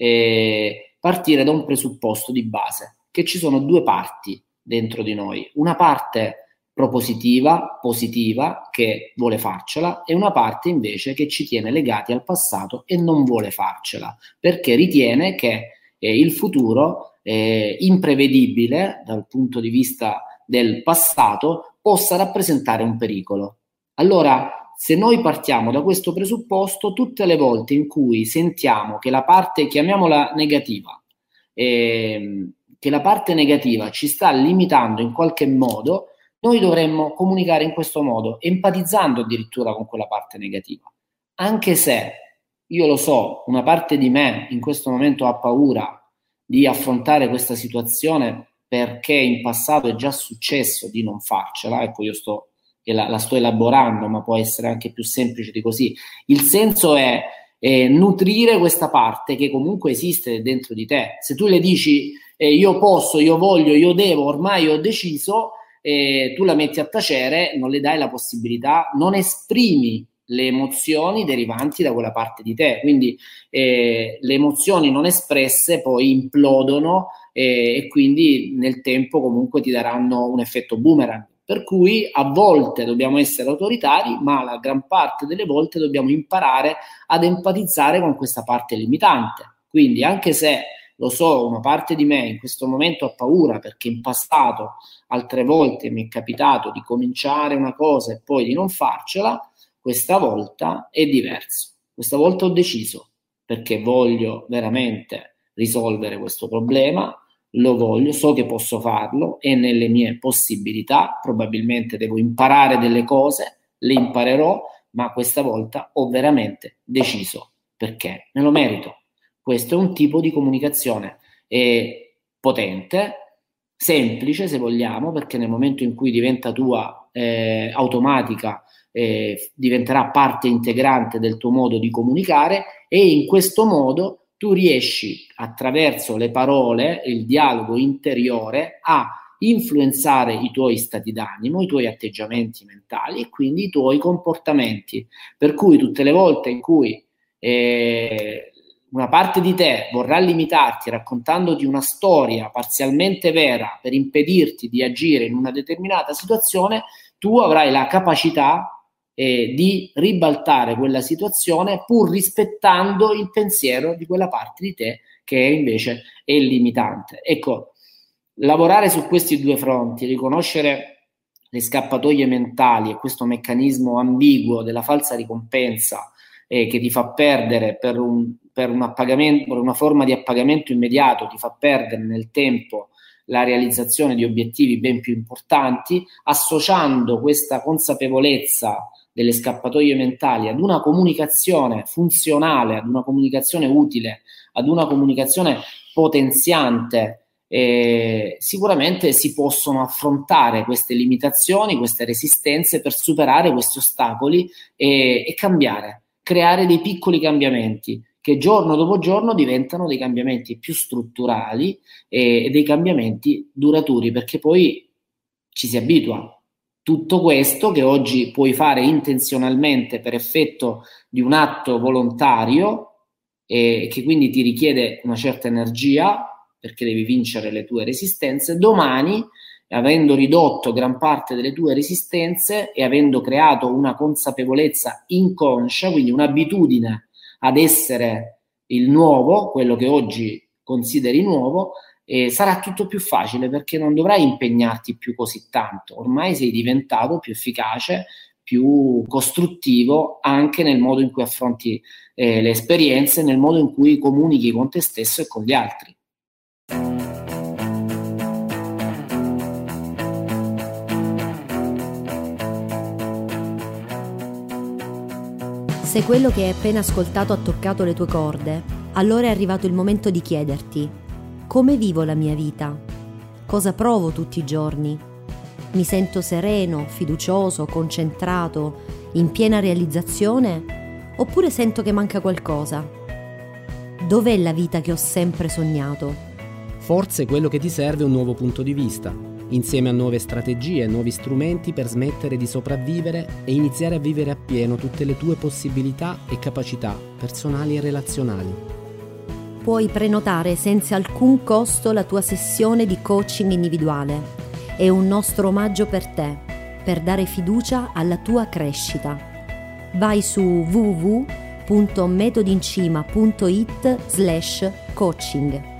partire da un presupposto di base, che ci sono due parti dentro di noi, una parte propositiva, positiva, che vuole farcela, e una parte invece che ci tiene legati al passato e non vuole farcela, perché ritiene che il futuro imprevedibile dal punto di vista del passato possa rappresentare un pericolo. Allora, se noi partiamo da questo presupposto, tutte le volte in cui sentiamo che la parte, chiamiamola negativa, che la parte negativa ci sta limitando in qualche modo, noi dovremmo comunicare in questo modo, empatizzando addirittura con quella parte negativa. Anche se, io lo so, una parte di me in questo momento ha paura di affrontare questa situazione perché in passato è già successo di non farcela, ecco, io la sto elaborando, ma può essere anche più semplice di così. Il senso è nutrire questa parte che comunque esiste dentro di te. Se tu le dici io posso, io voglio, io devo, ormai ho deciso, tu la metti a tacere, non le dai la possibilità, non esprimi le emozioni derivanti da quella parte di te, quindi le emozioni non espresse poi implodono e quindi nel tempo comunque ti daranno un effetto boomerang. Per cui a volte dobbiamo essere autoritari, ma la gran parte delle volte dobbiamo imparare ad empatizzare con questa parte limitante. Quindi anche se, lo so, una parte di me in questo momento ha paura perché in passato altre volte mi è capitato di cominciare una cosa e poi di non farcela, questa volta è diverso. Questa volta ho deciso perché voglio veramente risolvere questo problema, lo voglio, so che posso farlo, è nelle mie possibilità, probabilmente devo imparare delle cose, le imparerò, ma questa volta ho veramente deciso perché me lo merito. Questo è un tipo di comunicazione potente, semplice se vogliamo, perché nel momento in cui diventa tua, automatica, diventerà parte integrante del tuo modo di comunicare, e in questo modo tu riesci attraverso le parole, il dialogo interiore, a influenzare i tuoi stati d'animo, i tuoi atteggiamenti mentali e quindi i tuoi comportamenti. Per cui tutte le volte in cui una parte di te vorrà limitarti raccontandoti una storia parzialmente vera per impedirti di agire in una determinata situazione, tu avrai la capacità di ribaltare quella situazione pur rispettando il pensiero di quella parte di te che invece è limitante. Ecco, lavorare su questi due fronti, riconoscere le scappatoie mentali e questo meccanismo ambiguo della falsa ricompensa che ti fa perdere per un appagamento, per una forma di appagamento immediato, ti fa perdere nel tempo la realizzazione di obiettivi ben più importanti, associando questa consapevolezza delle scappatoie mentali ad una comunicazione funzionale, ad una comunicazione utile, ad una comunicazione potenziante, sicuramente si possono affrontare queste limitazioni, queste resistenze per superare questi ostacoli e cambiare, creare dei piccoli cambiamenti che giorno dopo giorno diventano dei cambiamenti più strutturali e dei cambiamenti duraturi, perché poi ci si abitua. Tutto questo che oggi puoi fare intenzionalmente per effetto di un atto volontario e che quindi ti richiede una certa energia perché devi vincere le tue resistenze, domani, avendo ridotto gran parte delle tue resistenze e avendo creato una consapevolezza inconscia, quindi un'abitudine ad essere il nuovo, quello che oggi consideri nuovo, sarà tutto più facile perché non dovrai impegnarti più così tanto. Ormai sei diventato più efficace, più costruttivo anche nel modo in cui affronti le esperienze, nel modo in cui comunichi con te stesso e con gli altri. Se quello che hai appena ascoltato ha toccato le tue corde, allora è arrivato il momento di chiederti: come vivo la mia vita? Cosa provo tutti i giorni? Mi sento sereno, fiducioso, concentrato, in piena realizzazione? Oppure sento che manca qualcosa? Dov'è la vita che ho sempre sognato? Forse quello che ti serve è un nuovo punto di vista, insieme a nuove strategie e nuovi strumenti per smettere di sopravvivere e iniziare a vivere appieno tutte le tue possibilità e capacità personali e relazionali. Puoi prenotare senza alcun costo la tua sessione di coaching individuale. È un nostro omaggio per te, per dare fiducia alla tua crescita. Vai su www.metodincima.it/coaching